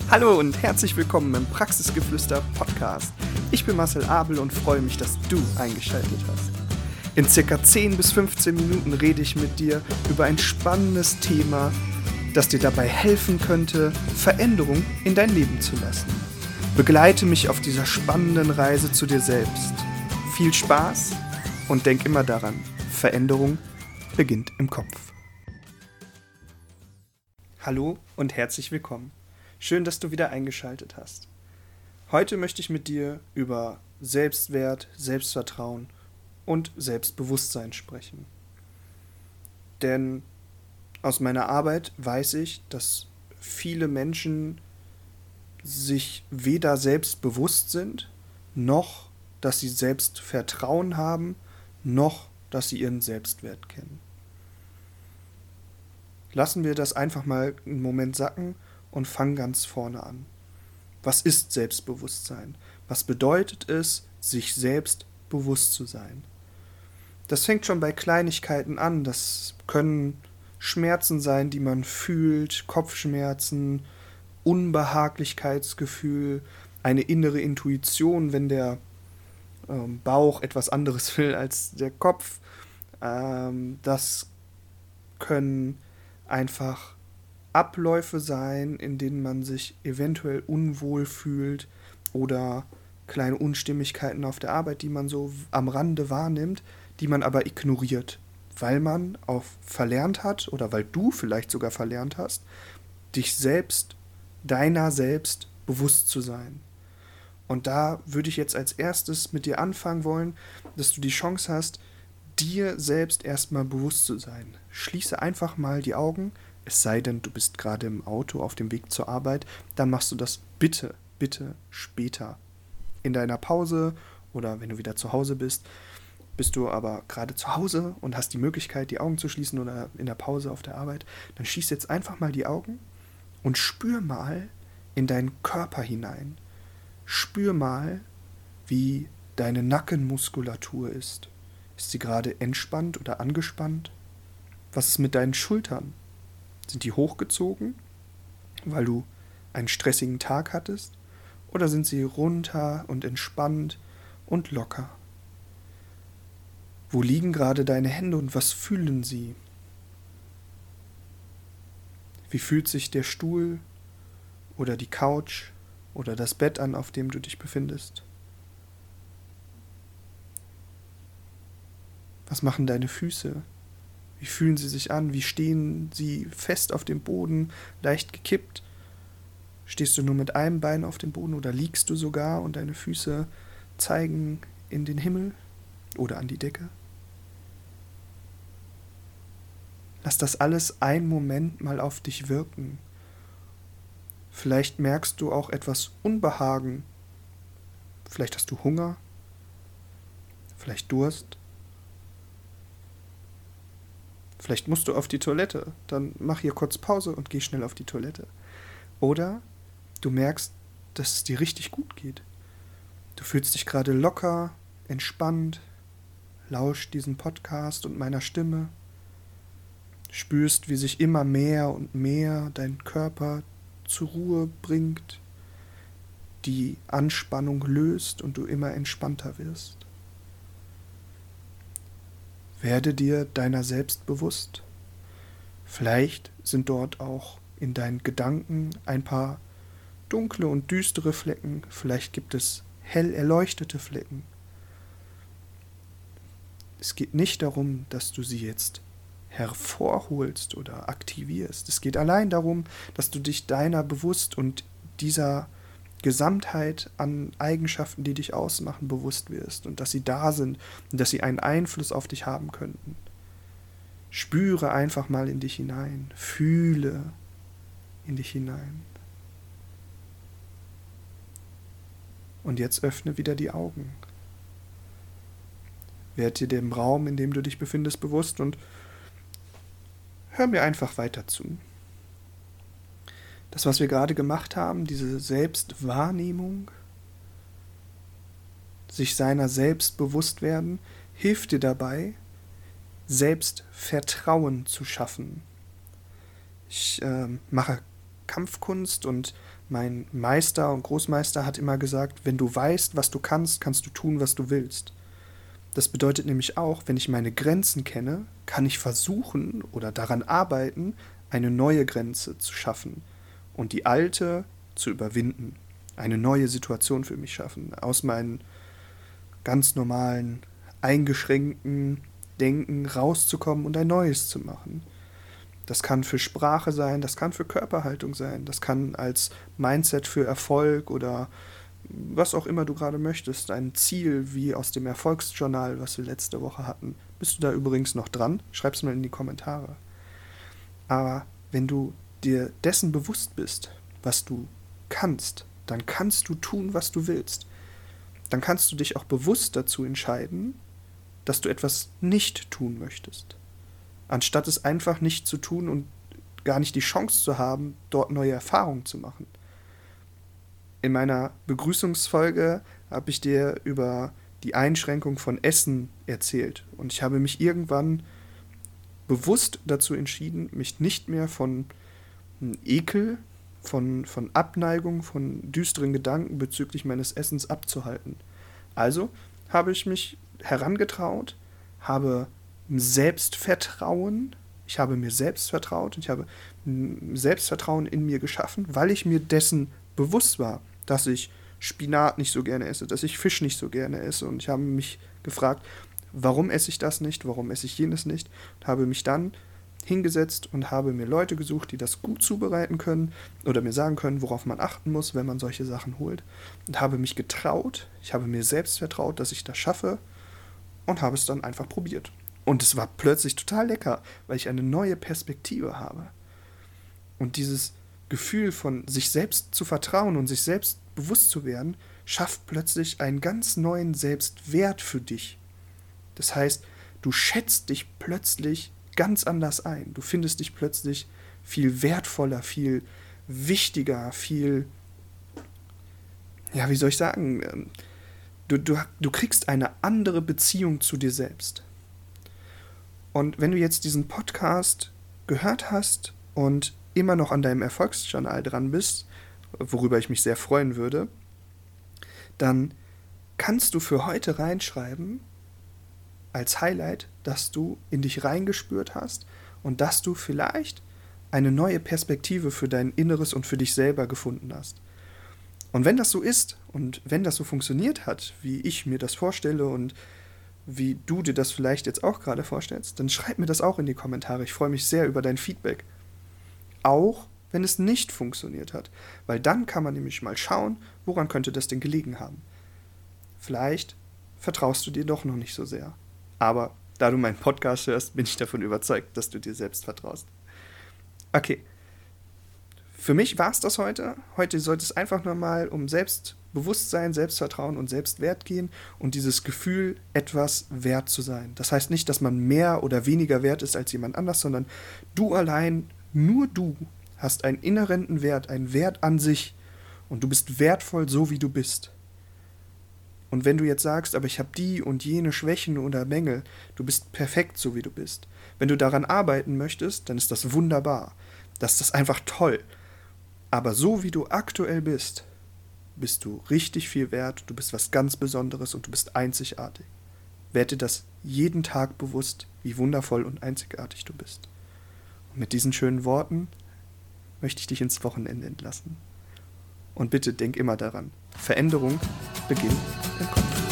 Hallo und herzlich willkommen im Praxisgeflüster Podcast. Ich bin Marcel Abel und freue mich, dass du eingeschaltet hast. In circa 10 bis 15 Minuten rede ich mit dir über ein spannendes Thema, das dir dabei helfen könnte, Veränderung in dein Leben zu lassen. Begleite mich auf dieser spannenden Reise zu dir selbst. Viel Spaß und denk immer daran, Veränderung beginnt im Kopf. Hallo und herzlich willkommen. Schön, dass du wieder eingeschaltet hast. Heute möchte ich mit dir über Selbstwert, Selbstvertrauen und Selbstbewusstsein sprechen. Denn aus meiner Arbeit weiß ich, dass viele Menschen sich weder selbstbewusst sind, noch dass sie Selbstvertrauen haben, noch dass sie ihren Selbstwert kennen. Lassen wir das einfach mal einen Moment sacken und fangen ganz vorne an. Was ist Selbstbewusstsein? Was bedeutet es, sich selbst bewusst zu sein? Das fängt schon bei Kleinigkeiten an. Das können Schmerzen sein, die man fühlt, Kopfschmerzen, Unbehaglichkeitsgefühl, eine innere Intuition, wenn der Bauch etwas anderes will als der Kopf. Das können einfach Abläufe sein, in denen man sich eventuell unwohl fühlt oder kleine Unstimmigkeiten auf der Arbeit, die man so am Rande wahrnimmt, die man aber ignoriert, weil man auch verlernt hat oder weil du vielleicht sogar verlernt hast, dich selbst, deiner selbst bewusst zu sein. Und da würde ich jetzt als erstes mit dir anfangen wollen, dass du die Chance hast, dir selbst erstmal bewusst zu sein. Schließe einfach mal die Augen, es sei denn, du bist gerade im Auto auf dem Weg zur Arbeit, dann machst du das bitte später. In deiner Pause oder wenn du wieder zu Hause bist, bist du aber gerade zu Hause und hast die Möglichkeit, die Augen zu schließen oder in der Pause auf der Arbeit, dann schließ jetzt einfach mal die Augen und spür mal in deinen Körper hinein. Spür mal, wie deine Nackenmuskulatur ist. Ist sie gerade entspannt oder angespannt? Was ist mit deinen Schultern? Sind die hochgezogen, weil du einen stressigen Tag hattest? Oder sind sie runter und entspannt und locker? Wo liegen gerade deine Hände und was fühlen sie? Wie fühlt sich der Stuhl oder die Couch oder das Bett an, auf dem du dich befindest? Was machen deine Füße? Wie fühlen sie sich an? Wie stehen sie fest auf dem Boden, leicht gekippt? Stehst du nur mit einem Bein auf dem Boden oder liegst du sogar und deine Füße zeigen in den Himmel oder an die Decke? Lass das alles einen Moment mal auf dich wirken. Vielleicht merkst du auch etwas Unbehagen. Vielleicht hast du Hunger. Vielleicht Durst. Vielleicht musst du auf die Toilette, dann mach hier kurz Pause und geh schnell auf die Toilette. Oder du merkst, dass es dir richtig gut geht. Du fühlst dich gerade locker, entspannt, lauscht diesem Podcast und meiner Stimme, spürst, wie sich immer mehr und mehr dein Körper zur Ruhe bringt, die Anspannung löst und du immer entspannter wirst. Werde dir deiner selbst bewusst. Vielleicht sind dort auch in deinen Gedanken ein paar dunkle und düstere Flecken. Vielleicht gibt es hell erleuchtete Flecken. Es geht nicht darum, dass du sie jetzt hervorholst oder aktivierst. Es geht allein darum, dass du dich deiner bewusst und dieser Gesamtheit an Eigenschaften, die dich ausmachen, bewusst wirst und dass sie da sind und dass sie einen Einfluss auf dich haben könnten. Spüre einfach mal in dich hinein, fühle in dich hinein. Und jetzt öffne wieder die Augen. Werd dir dem Raum, in dem du dich befindest, bewusst und hör mir einfach weiter zu. Das, was wir gerade gemacht haben, diese Selbstwahrnehmung, sich seiner selbst bewusst werden, hilft dir dabei, Selbstvertrauen zu schaffen. Ich mache Kampfkunst und mein Meister und Großmeister hat immer gesagt, wenn du weißt, was du kannst, kannst du tun, was du willst. Das bedeutet nämlich auch, wenn ich meine Grenzen kenne, kann ich versuchen oder daran arbeiten, eine neue Grenze zu schaffen und die alte zu überwinden. Eine neue Situation für mich schaffen, aus meinem ganz normalen, eingeschränkten Denken rauszukommen und ein neues zu machen. Das kann für Sprache sein, das kann für Körperhaltung sein, das kann als Mindset für Erfolg oder was auch immer du gerade möchtest, ein Ziel wie aus dem Erfolgsjournal, was wir letzte Woche hatten. Bist du da übrigens noch dran? Schreib's mal in die Kommentare. Aber wenn du dir dessen bewusst bist, was du kannst, dann kannst du tun, was du willst. Dann kannst du dich auch bewusst dazu entscheiden, dass du etwas nicht tun möchtest. Anstatt es einfach nicht zu tun und gar nicht die Chance zu haben, dort neue Erfahrungen zu machen. In meiner Begrüßungsfolge habe ich dir über die Einschränkung von Essen erzählt. Und ich habe mich irgendwann bewusst dazu entschieden, mich nicht mehr von Ekel, von Abneigung, von düsteren Gedanken bezüglich meines Essens abzuhalten. Also habe ich mich herangetraut, habe Selbstvertrauen, ich habe mir selbst vertraut, ich habe Selbstvertrauen in mir geschaffen, weil ich mir dessen bewusst war, dass ich Spinat nicht so gerne esse, dass ich Fisch nicht so gerne esse. Und ich habe mich gefragt, warum esse ich das nicht, warum esse ich jenes nicht. Und habe mich dann hingesetzt und habe mir Leute gesucht, die das gut zubereiten können oder mir sagen können, worauf man achten muss, wenn man solche Sachen holt. Und habe mich getraut, ich habe mir selbst vertraut, dass ich das schaffe und habe es dann einfach probiert. Und es war plötzlich total lecker, weil ich eine neue Perspektive habe. Und dieses Gefühl von sich selbst zu vertrauen und sich selbst bewusst zu werden, schafft plötzlich einen ganz neuen Selbstwert für dich. Das heißt, du schätzt dich plötzlich ganz anders ein. Du findest dich plötzlich viel wertvoller, viel wichtiger, viel, ja, wie soll ich sagen, du kriegst eine andere Beziehung zu dir selbst. Und wenn du jetzt diesen Podcast gehört hast und immer noch an deinem Erfolgsjournal dran bist, worüber ich mich sehr freuen würde, dann kannst du für heute reinschreiben, als Highlight, dass du in dich reingespürt hast und dass du vielleicht eine neue Perspektive für dein Inneres und für dich selber gefunden hast. Und wenn das so ist und wenn das so funktioniert hat, wie ich mir das vorstelle und wie du dir das vielleicht jetzt auch gerade vorstellst, dann schreib mir das auch in die Kommentare. Ich freue mich sehr über dein Feedback. Auch wenn es nicht funktioniert hat, weil dann kann man nämlich mal schauen, woran könnte das denn gelegen haben. Vielleicht vertraust du dir doch noch nicht so sehr. Aber da du meinen Podcast hörst, bin ich davon überzeugt, dass du dir selbst vertraust. Okay. Für mich war es das heute. Heute sollte es einfach nur mal um Selbstbewusstsein, Selbstvertrauen und Selbstwert gehen und dieses Gefühl, etwas wert zu sein. Das heißt nicht, dass man mehr oder weniger wert ist als jemand anders, sondern du allein, nur du, hast einen inhärenten Wert, einen Wert an sich und du bist wertvoll, so wie du bist. Und wenn du jetzt sagst, aber ich habe die und jene Schwächen oder Mängel, du bist perfekt, so wie du bist. Wenn du daran arbeiten möchtest, dann ist das wunderbar. Das ist einfach toll. Aber so wie du aktuell bist, bist du richtig viel wert, du bist was ganz Besonderes und du bist einzigartig. Werd dir das jeden Tag bewusst, wie wundervoll und einzigartig du bist. Und mit diesen schönen Worten möchte ich dich ins Wochenende entlassen. Und bitte denk immer daran, Veränderung beginnt im Kopf.